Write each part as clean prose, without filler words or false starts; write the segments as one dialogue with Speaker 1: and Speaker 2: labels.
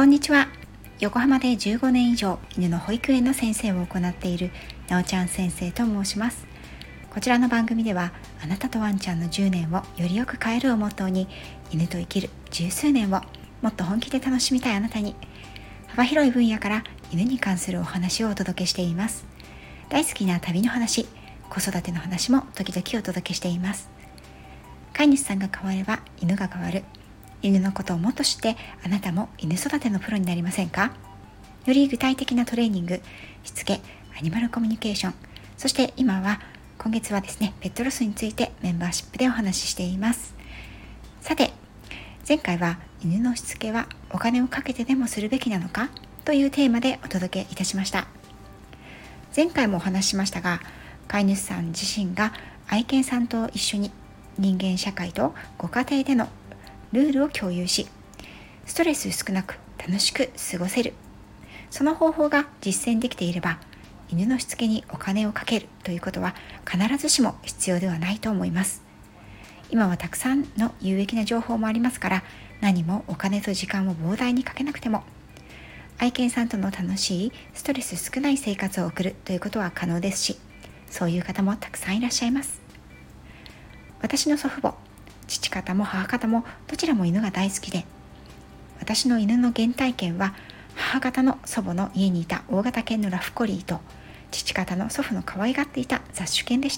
Speaker 1: こんにちは。横浜で15年以上犬の保育園の先生を行っているなおちゃん先生と申します。こちらの番組では、あなたとワンちゃんの10年をよりよく変えるをモットーに、犬と生きる十数年をもっと本気で楽しみたいあなたに、幅広い分野から犬に関するお話をお届けしています。大好きな旅の話、子育ての話も時々お届けしています。飼い主さんが変われば犬が変わる。犬のことをもっと知って、あなたも犬育てのプロになりませんか？より具体的なトレーニング、しつけ、アニマルコミュニケーション、そして今月はですね、ペットロスについてメンバーシップでお話ししています。さて、前回は犬のしつけはお金をかけてでもするべきなのかというテーマでお届けいたしました。前回もお話ししましたが、飼い主さん自身が愛犬さんと一緒に人間社会とご家庭でのルールを共有し、ストレス少なく楽しく過ごせる、その方法が実践できていれば、犬のしつけにお金をかけるということは必ずしも必要ではないと思います。今はたくさんの有益な情報もありますから、何もお金と時間を膨大にかけなくても愛犬さんとの楽しいストレス少ない生活を送るということは可能ですし、そういう方もたくさんいらっしゃいます。私の祖父母、父方も母方もどちらも犬が大好きで、私の犬の原体験は母方の祖母の家にいた大型犬のラフコリーと、父方の祖父の可愛がっていた雑種犬でした。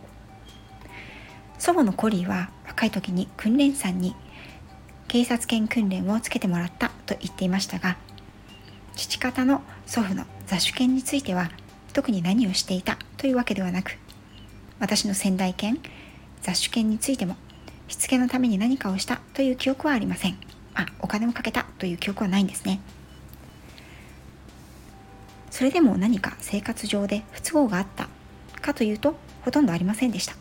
Speaker 1: 祖母のコリーは若い時に訓練士さんに警察犬訓練をつけてもらったと言っていましたが、父方の祖父の雑種犬については特に何をしていたというわけではなく、私の先代犬雑種犬についてもしつけのために何かをしたという記憶はありません。お金をかけたという記憶はないんですね。それでも何か生活上で不都合があったかというと、ほとんどありませんでした。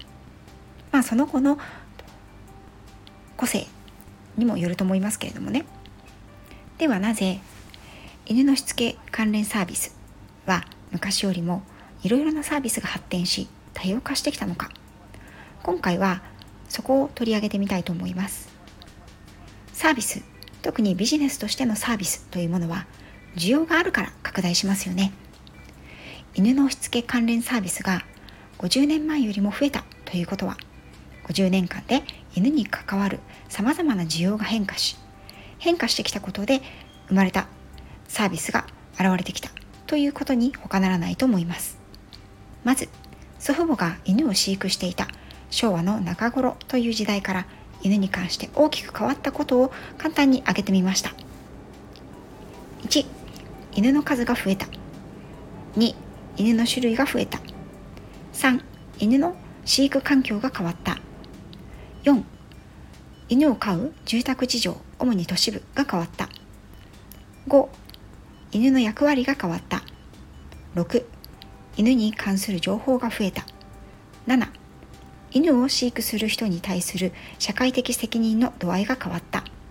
Speaker 1: その子の個性にもよると思いますけれどもね。ではなぜ犬のしつけ関連サービスは昔よりもいろいろなサービスが発展し多様化してきたのか、今回はそこを取り上げてみたいと思います。サービス、特にビジネスとしてのサービスというものは需要があるから拡大しますよね。犬のしつけ関連サービスが50年前よりも増えたということは、50年間で犬に関わるさまざまな需要が変化してきたことで生まれたサービスが現れてきたということに他ならないと思います。まず、祖父母が犬を飼育していた昭和の中頃という時代から犬に関して大きく変わったことを簡単に挙げてみました。1、犬の数が増えた。2、犬の種類が増えた。3、犬の飼育環境が変わった。4、犬を飼う住宅事情、主に都市部が変わった。5、犬の役割が変わった。6、犬に関する情報が増えた。7、犬を飼育する人に対する社会的責任の度合いが変わった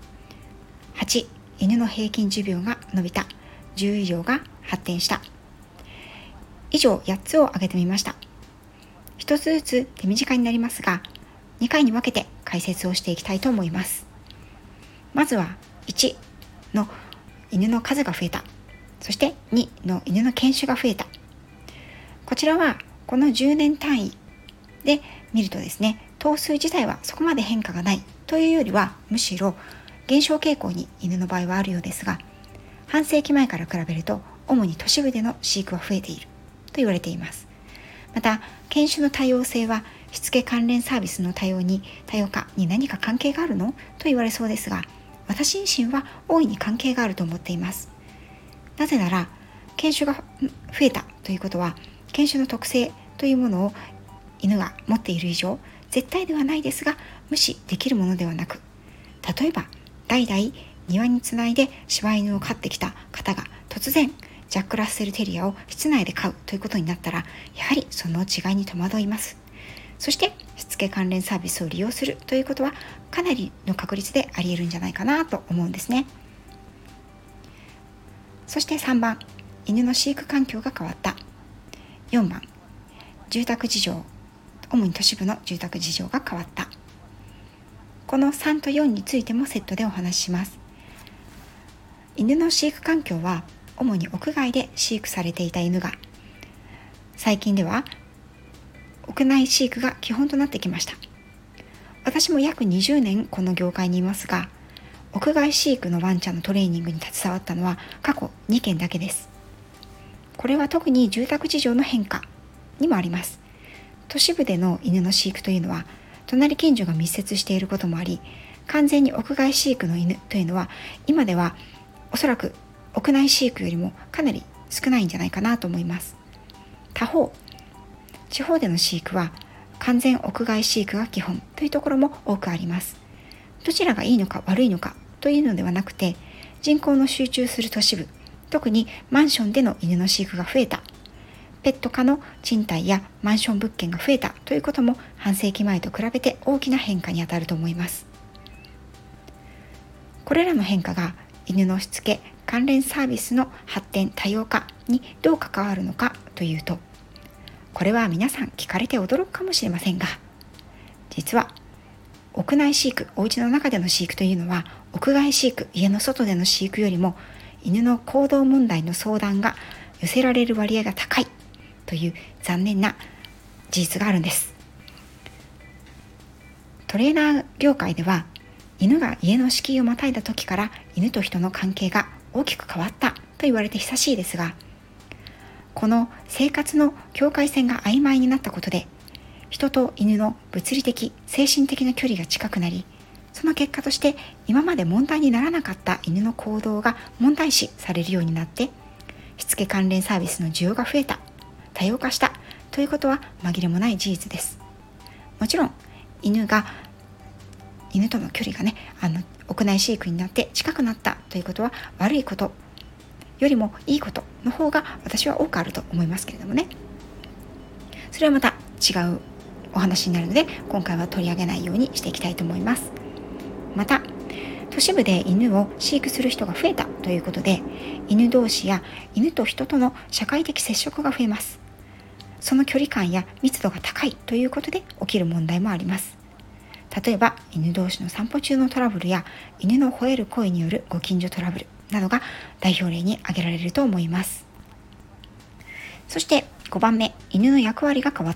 Speaker 1: 。8、犬の平均寿命が伸びた。10以上が発展した。以上8つを挙げてみました。一つずつ手短になりますが、2回に分けて解説をしていきたいと思います。まずは1の犬の数が増えた。そして2の犬の犬種が増えた。こちらはこの10年単位で見るとですね、頭数自体はそこまで変化がないというよりは、むしろ減少傾向に犬の場合はあるようですが、半世紀前から比べると主に都市部での飼育は増えていると言われています。また、犬種の多様性はしつけ関連サービスの多様化に何か関係があるのと言われそうですが、私自身は大いに関係があると思っています。なぜなら、犬種が増えたということは、犬種の特性というものを犬が持っている以上、絶対ではないですが無視できるものではなく、例えば代々庭につないで柴犬を飼ってきた方が突然ジャック・ラッセル・テリアを室内で飼うということになったら、やはりその違いに戸惑います。そしてしつけ関連サービスを利用するということはかなりの確率であり得るんじゃないかなと思うんですね。そして3番、犬の飼育環境が変わった。4番、住宅事情、主に都市部の住宅事情が変わった。この3と4についてもセットでお話しします。 犬の飼育環境は主に屋外で飼育されていた犬が、最近では屋内飼育が基本となってきました。私も約20年この業界にいますが、屋外飼育のワンちゃんのトレーニングに携わったのは過去2件だけです。これは特に住宅事情の変化にもあります。都市部での犬の飼育というのは隣近所が密接していることもあり、完全に屋外飼育の犬というのは今ではおそらく屋内飼育よりもかなり少ないんじゃないかなと思います。他方、地方での飼育は完全屋外飼育が基本というところも多くあります。どちらがいいのか悪いのかというのではなくて、人口の集中する都市部、特にマンションでの犬の飼育が増えた、ペット可の賃貸やマンション物件が増えたということも半世紀前と比べて大きな変化にあたると思います。これらの変化が犬のしつけ関連サービスの発展多様化にどう関わるのかというと、これは皆さん聞かれて驚くかもしれませんが、実は屋内飼育、お家の中での飼育というのは屋外飼育、家の外での飼育よりも犬の行動問題の相談が寄せられる割合が高いという残念な事実があるんです。トレーナー業界では、犬が家の敷居をまたいだ時から犬と人の関係が大きく変わったと言われて久しいですが、この生活の境界線が曖昧になったことで、人と犬の物理的精神的な距離が近くなり、その結果として今まで問題にならなかった犬の行動が問題視されるようになって、しつけ関連サービスの需要が増えた、多様化したということは紛れもない事実です。もちろん犬との距離がね、屋内飼育になって近くなったということは悪いことよりもいいことの方が私は多くあると思いますけれどもね。それはまた違うお話になるので、今回は取り上げないようにしていきたいと思います。また、都市部で犬を飼育する人が増えたということで、犬同士や犬と人との社会的接触が増えます。その距離感や密度が高いということで起きる問題もあります。例えば、犬同士の散歩中のトラブルや犬の吠える声によるご近所トラブルなどが代表例に挙げられると思います。そして5番目、犬の役割が変わった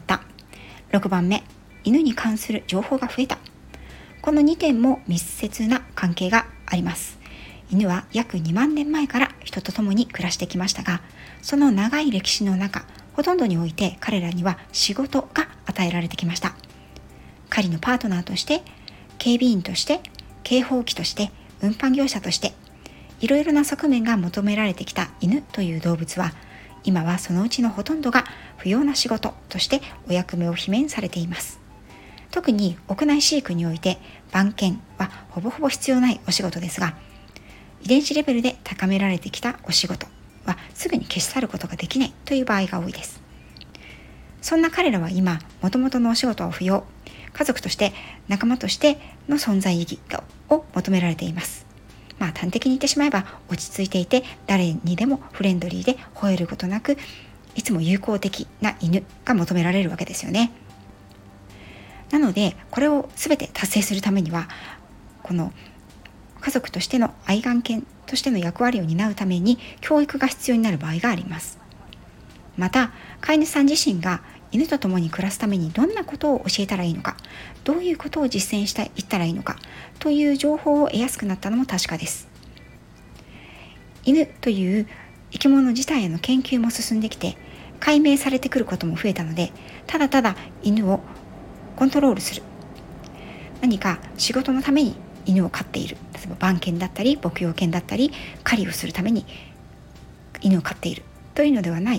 Speaker 1: 。6番目、犬に関する情報が増えた。この2点も密接な関係があります。犬は約2万年前から人と共に暮らしてきましたが、その長い歴史の中、ほとんどにおいて彼らには仕事が与えられてきました。狩りのパートナーとして、警備員として、警報機として、運搬業者として、いろいろな側面が求められてきた犬という動物は、今はそのうちのほとんどが不要な仕事としてお役目を罷免されています。特に屋内飼育において番犬はほぼほぼ必要ないお仕事ですが、遺伝子レベルで高められてきたお仕事はすぐに消し去ることができないという場合が多いです。そんな彼らは今、もともとのお仕事を不要、家族として仲間としての存在意義を求められています。端的に言ってしまえば、落ち着いていて誰にでもフレンドリーで吠えることなく、いつも友好的な犬が求められるわけですよね。なので、これを全て達成するためには、この家族としての愛玩犬としての役割を担うために教育が必要になる場合があります。また、飼い主さん自身が犬と共に暮らすためにどんなことを教えたらいいのか、どういうことを実践していったらいいのかという情報を得やすくなったのも確かです。犬という生き物自体への研究も進んできて、解明されてくることも増えたので、ただただ犬をコントロールする、何か仕事のために犬を飼っている、例えば番犬だったり牧羊犬だったり狩りをするために犬を飼っているというのではない、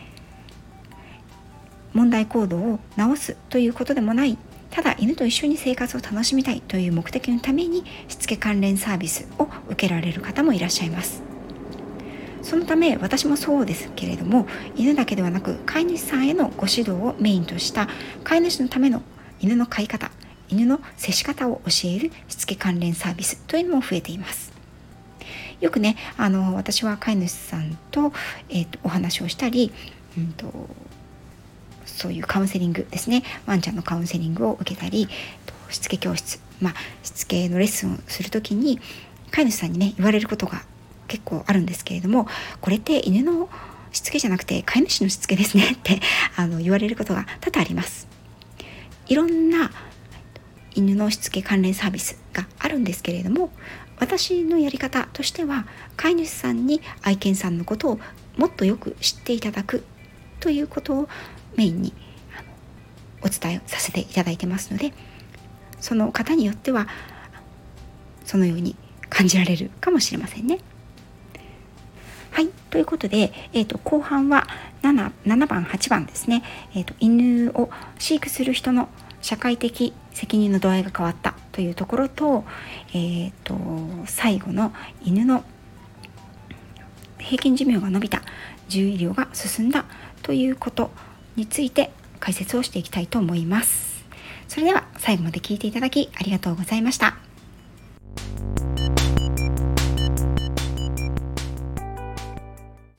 Speaker 1: 問題行動を直すということでもない、ただ犬と一緒に生活を楽しみたいという目的のためにしつけ関連サービスを受けられる方もいらっしゃいます。そのため私もそうですけれども、犬だけではなく飼い主さんへのご指導をメインとした飼い主のための犬の飼い方、犬の接し方を教えるしつけ関連サービスというのも増えています。よくね、私は飼い主さんと、お話をしたり、そういうカウンセリングですね、ワンちゃんのカウンセリングを受けたり、しつけ教室、しつけのレッスンをするときに飼い主さんにね、言われることが結構あるんですけれども、これって犬のしつけじゃなくて飼い主のしつけですねって言われることが多々あります。いろんな犬のしつけ関連サービスがあるんですけれども、私のやり方としては、飼い主さんに愛犬さんのことをもっとよく知っていただくということをメインにお伝えさせていただいてますので、その方によってはそのように感じられるかもしれませんね。はい、ということで、後半は7番8番ですね、犬を飼育する人の社会的責任の度合いが変わったというところと、最後の犬の平均寿命が伸びた、獣医療が進んだということについて解説をしていきたいと思います。それでは最後まで聞いていただきありがとうございました。